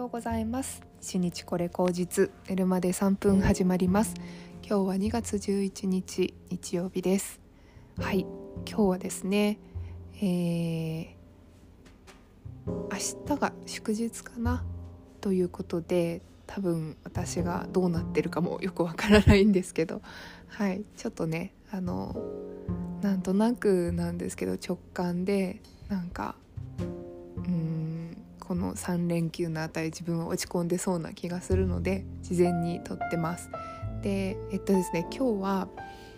ようございます。新日これ口実寝るまで3分始まります。今日は2月11日日曜日です。はい、今日はですね、明日が祝日かなということで、多分私がどうなってるかもよくわからないんですけど、はい、ちょっとねなんとなくなんですけど直感でこの3連休のあたり自分は落ち込んでそうな気がするので事前に撮ってます。でですね、今日は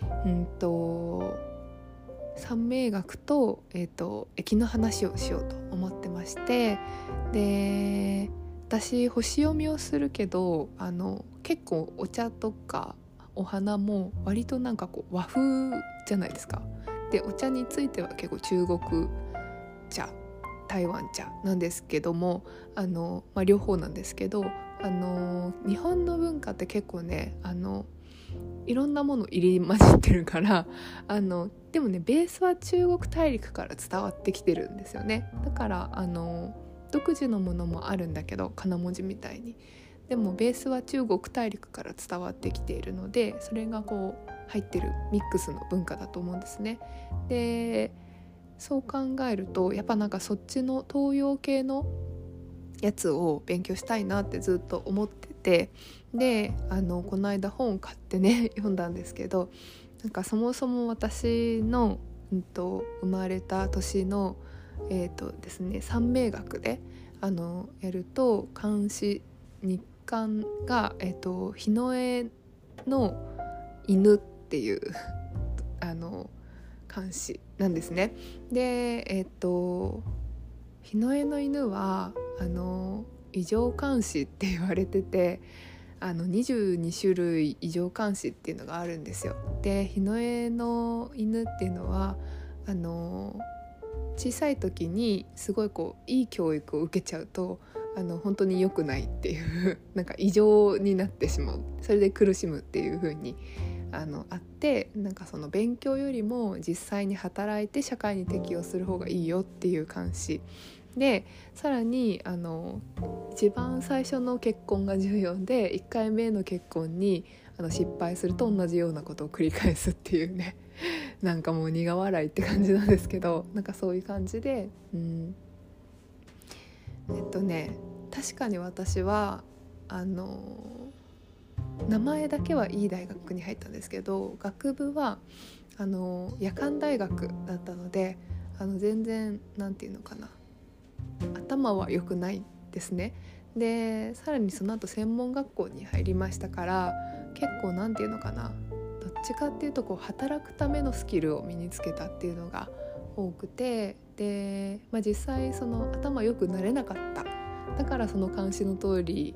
三名学と、駅の話をしようと思ってまして、で私星読みをするけど結構お茶とかお花も割と和風じゃないですか。でお茶については結構中国茶台湾茶なんですけども両方なんですけど日本の文化って結構ねいろんなもの入り混じってるからでもねベースは中国大陸から伝わってきてるんですよね。だから独自のものもあるんだけど金文字みたいにでもベースは中国大陸から伝わってきているのでそれがこう入ってるミックスの文化だと思うんですね。でそう考えるとやっぱそっちの東洋系のやつを勉強したいなってずっと思ってて、でこの間本を買ってね読んだんですけどそもそも私の、生まれた年のですね三名学でやると漢詩日漢が日の絵の犬っていう漢詩なんですね。で日の絵の犬は異常漢詩って言われてて22種類異常漢詩っていうのがあるんですよ。で日の絵の犬っていうのは小さい時にすごいいい教育を受けちゃうと本当に良くないっていう異常になってしまう、それで苦しむっていう風にあってその勉強よりも実際に働いて社会に適応する方がいいよっていう監視で、さらに一番最初の結婚が重要で1回目の結婚に失敗すると同じようなことを繰り返すっていうねもう苦笑いって感じなんですけどそういう感じで確かに私は名前だけはいい大学に入ったんですけど学部は夜間大学だったので全然頭は良くないですね。でさらにその後専門学校に入りましたから結構どっちかっていうと働くためのスキルを身につけたっていうのが多くてで、実際その頭良くなれなかった。だからその監視の通り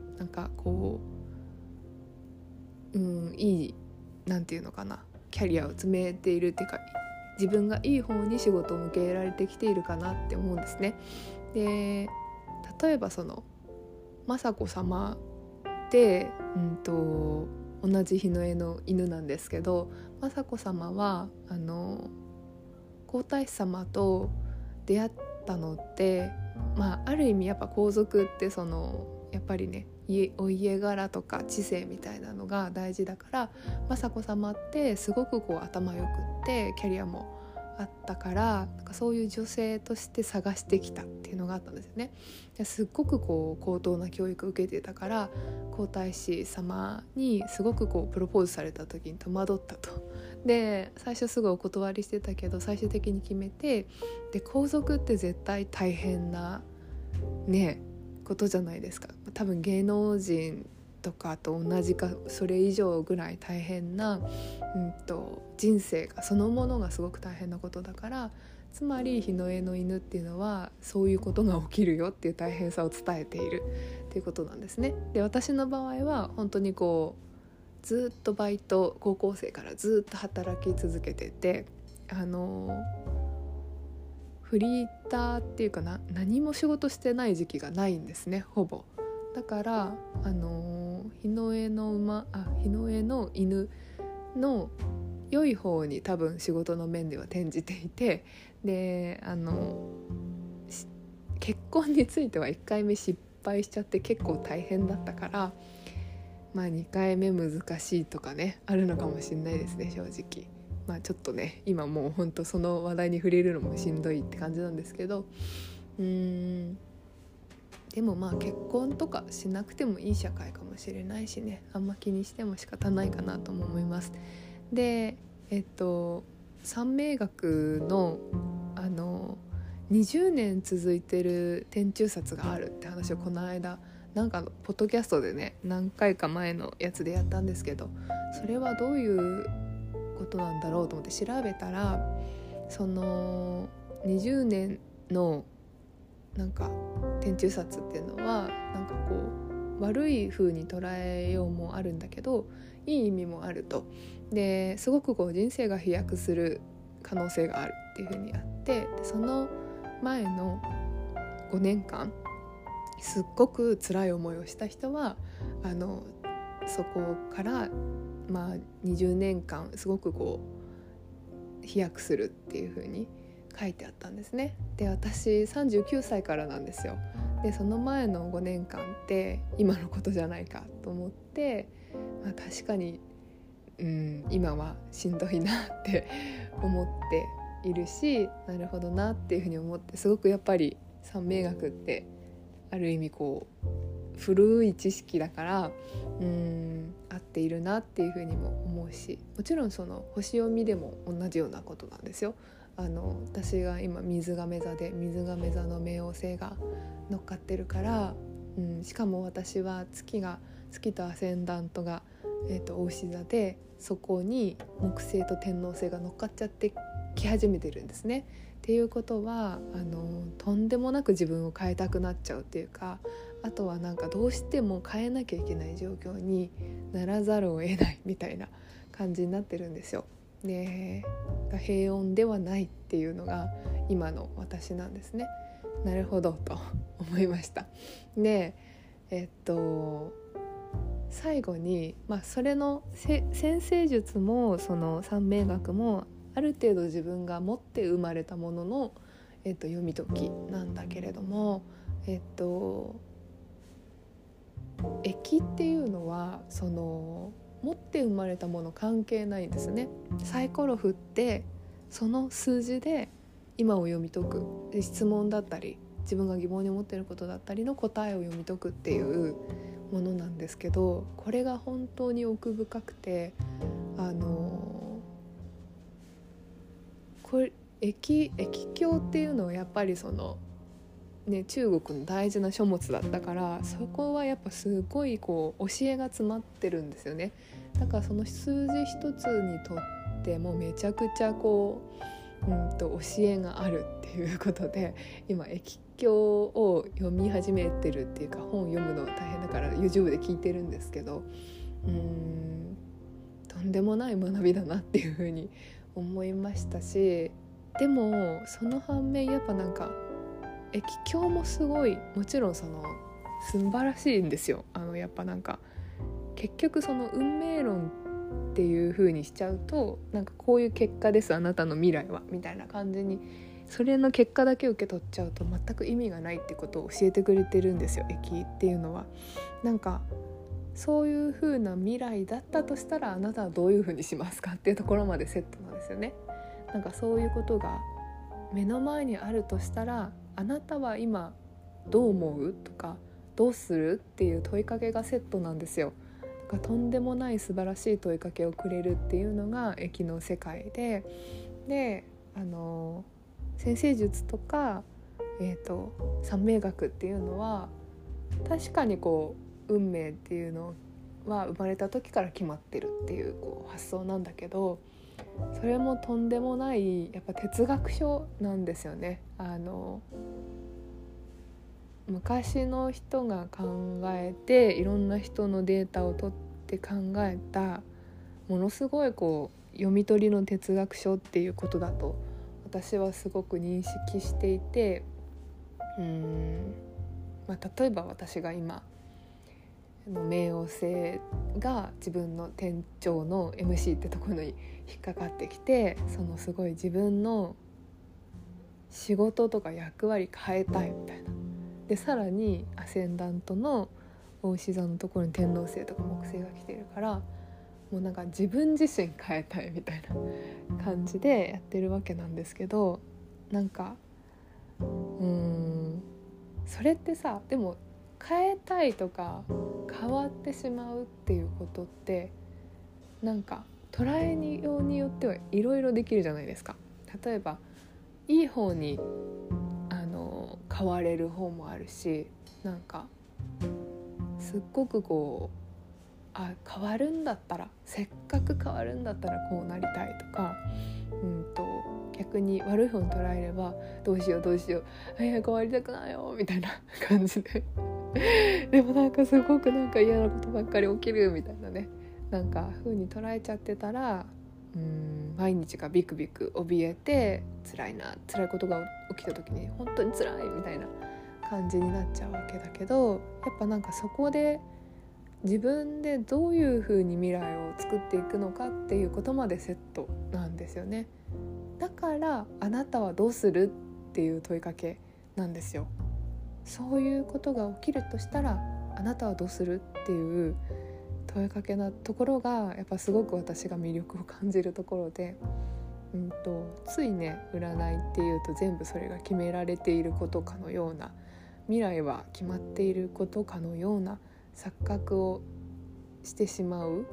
いいキャリアを積めているっていうか自分がいい方に仕事を向けられてきているかなって思うんですね。で例えばその雅子さまって同じ日の絵の犬なんですけど雅子さまは皇太子様と出会ったのってある意味やっぱ皇族ってやっぱりねお家柄とか知性みたいなのが大事だから雅子さまってすごく頭よくってキャリアもあったからそういう女性として探してきたっていうのがあったんですよね。ですっごく高等な教育を受けてたから皇太子様にすごくプロポーズされた時に戸惑ったと。で最初すぐお断りしてたけど最終的に決めてで皇族って絶対大変なことじゃないですか。多分芸能人とかと同じかそれ以上ぐらい大変な、人生がそのものがすごく大変なことだからつまり日の絵の犬っていうのはそういうことが起きるよっていう大変さを伝えているっていうことなんですね。で私の場合は本当にずっとバイト高校生からずっと働き続けててフリーターっていうか何も仕事してない時期がないんですねほぼ。だから日の絵の犬の良い方に多分仕事の面では転じていてで結婚については1回目失敗しちゃって結構大変だったから、2回目難しいとかねあるのかもしれないですね、正直。ちょっとね今もうほんとその話題に触れるのもしんどいって感じなんですけど、でも結婚とかしなくてもいい社会かもしれないしね、あんま気にしても仕方ないかなとも思います。で三名学の20年続いてる天中殺があるって話をこの間ポッドキャストでね何回か前のやつでやったんですけど、それはどういうことなんだろうと思って調べたら、その20年の天中殺っていうのは悪い風に捉えようもあるんだけどいい意味もあると。ですごく人生が飛躍する可能性があるっていう風にあって、でその前の5年間すっごく辛い思いをした人はそこから20年間すごく飛躍するっていう風に書いてあったんですね。で私39歳からなんですよ。でその前の5年間って今のことじゃないかと思って、確かに今はしんどいなって思っているし、なるほどなっていうふうに思って、すごくやっぱり三名学ってある意味古い知識だから合っているなっていうふうにも思うし、もちろんその星読みでも同じようなことなんですよ。私が今水亀座で水亀座の冥王星が乗っかってるから、しかも私は月とアセンダントが、牡牛座で、そこに木星と天王星が乗っかっちゃってき始めてるんですね。っていうことはとんでもなく自分を変えたくなっちゃうっていうか、あとはどうしても変えなきゃいけない状況にならざるを得ないみたいな感じになってるんですよ。で平穏ではないっていうのが今の私なんですね。なるほどと思いました。で最後に、それの占星術もその三名学もある程度自分が持って生まれたものの、読み解きなんだけれども、易っていうのはその持って生まれたもの関係ないんですね。サイコロ振ってその数字で今を読み解く、質問だったり自分が疑問に思っていることだったりの答えを読み解くっていうものなんですけど、これが本当に奥深くて、これ易経っていうのはやっぱりその中国の大事な書物だったから、そこはやっぱすごい教えが詰まってるんですよね。だからその数字一つにとってもめちゃくちゃ教えがあるっていうことで、今易経を読み始めてるっていうか、本を読むの大変だから YouTube で聞いてるんですけど、とんでもない学びだなっていうふうに思いましたし、でもその反面やっぱ易経もすごい、もちろんその素晴らしいんですよ。やっぱ結局その運命論っていう風にしちゃうとこういう結果ですあなたの未来はみたいな感じに、それの結果だけ受け取っちゃうと全く意味がないってことを教えてくれてるんですよ、易っていうのは。そういう風な未来だったとしたらあなたはどういう風にしますかっていうところまでセットなんですよね。そういうことが目の前にあるとしたら、あなたは今どう思うとかどうするっていう問いかけがセットなんですよ。とんでもない素晴らしい問いかけをくれるっていうのが易の世界で、占星術とか、三名学っていうのは確かに運命っていうのは生まれた時から決まってるっていう発想なんだけど、それもとんでもないやっぱ哲学書なんですよね。昔の人が考えていろんな人のデータを取って考えたものすごい読み取りの哲学書っていうことだと私はすごく認識していて、例えば私が今冥王星が自分の天頂の MC ってところに引っかかってきて、そのすごい自分の仕事とか役割変えたいみたいな。 でさらにアセンダントの牡牛座のところに天王星とか木星が来てるから、もうなんか自分自身変えたいみたいな感じでやってるわけなんですけど、なんかそれってさ、でも変えたいとか変わってしまうっていうことってなんか捉えようによってはいろいろできるじゃないですか。例えばいい方に変われる方もあるし、なんかすっごくこう変わるんだったら、せっかく変わるんだったらこうなりたいとか、逆に悪い方に捉えればどうしよう変わりたくないよみたいな感じででもなんかすごくなんか嫌なことばっかり起きるみたいなね、なんか風に捉えちゃってたら、毎日がビクビク怯えて辛いことが起きた時に本当に辛いみたいな感じになっちゃうわけだけど、やっぱなんかそこで自分でどういう風に未来を作っていくのかっていうことまでセットなんですよね。だからあなたはどうするっていう問いかけなんですよ。そういうことが起きるとしたらあなたはどうするっていう問いかけなところがやっぱすごく私が魅力を感じるところで、ついね占いっていうと全部それが決められていることかのような、未来は決まっていることかのような錯覚をしてしまう、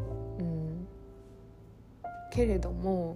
けれども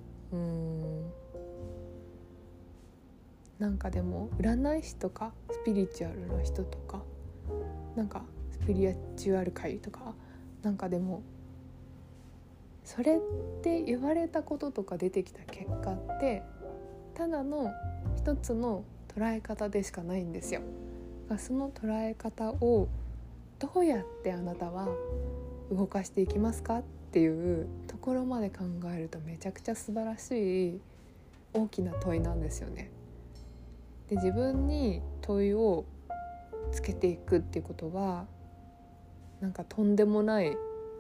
なんかでも占い師とかスピリチュアルな人とかなんかスピリチュアル界とかなんかでもそれって言われたこととか出てきた結果ってただの一つの捉え方でしかないんですよ。その捉え方をどうやってあなたは動かしていきますかっていうところまで考えるとめちゃくちゃ素晴らしい大きな問いなんですよね。で自分に問いをつけていくっていうことはなんかとんでもない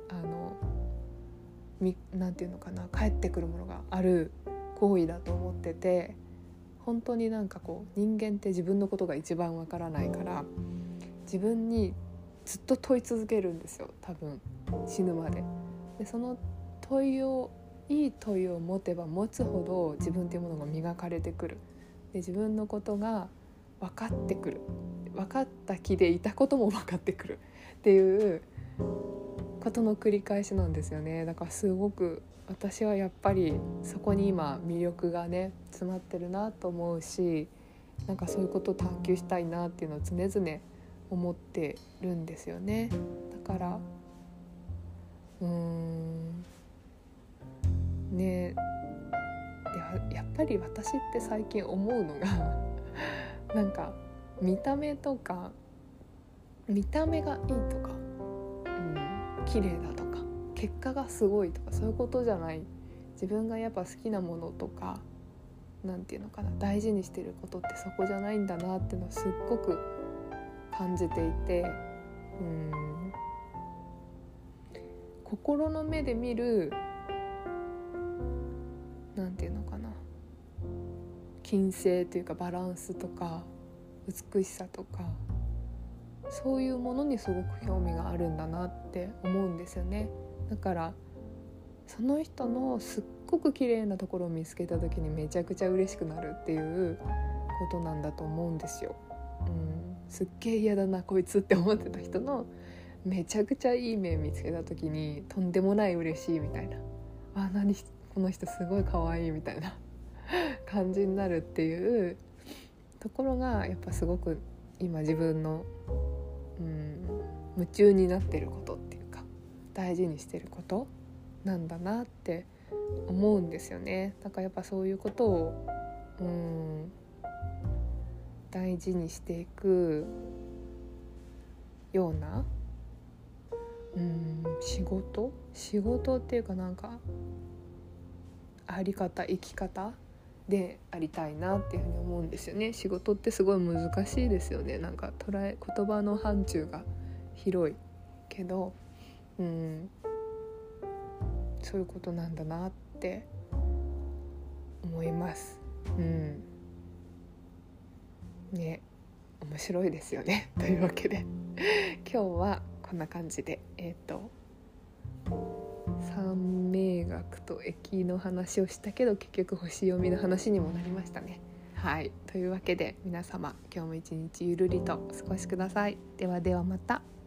なんていうのかな、返ってくるものがある行為だと思ってて、本当になんかこう人間って自分のことが一番わからないから自分にずっと問い続けるんですよ、多分死ぬまで。でそのいい問いを持てば持つほど自分というものが磨かれてくる。で自分のことが分かってくる、分かった気でいたことも分かってくるっていうことの繰り返しなんですよね。だからすごく私はやっぱりそこに今魅力がね詰まってるなと思うし、なんかそういうことを探求したいなっていうのを常々思ってるんですよね。だからねでやっぱり私って最近思うのがなんか見た目とか見た目がいいとか、綺麗だとか結果がすごいとかそういうことじゃない、自分がやっぱ好きなものとかなんていうのかな、大事にしてることってそこじゃないんだなっていうのをすっごく感じていて、心の目で見るなんていうのかな、均整というかバランスとか美しさとかそういうものにすごく興味があるんだなって思うんですよね。だからその人のすっごく綺麗なところを見つけた時にめちゃくちゃ嬉しくなるっていうことなんだと思うんですよ。すっげえ嫌だなこいつって思ってた人のめちゃくちゃいい面見つけた時にとんでもない嬉しいみたいな、何この人すごい可愛いみたいな感じになるっていうところがやっぱすごく今自分の夢中になってることっていうか大事にしてることなんだなって思うんですよね。だからやっぱそういうことを大事にしていくような仕事っていうかなんかあり方生き方でありたいなっていうふうに思うんですよね。仕事ってすごい難しいですよね。なんか言葉の範疇が広いけどそういうことなんだなって思います。ね、 面白いですよねというわけで今日はこんな感じで三名学と駅の話をしたけど結局星読みの話にもなりましたね。はい、というわけで皆様今日も一日ゆるりとお過ごしください。ではではまた。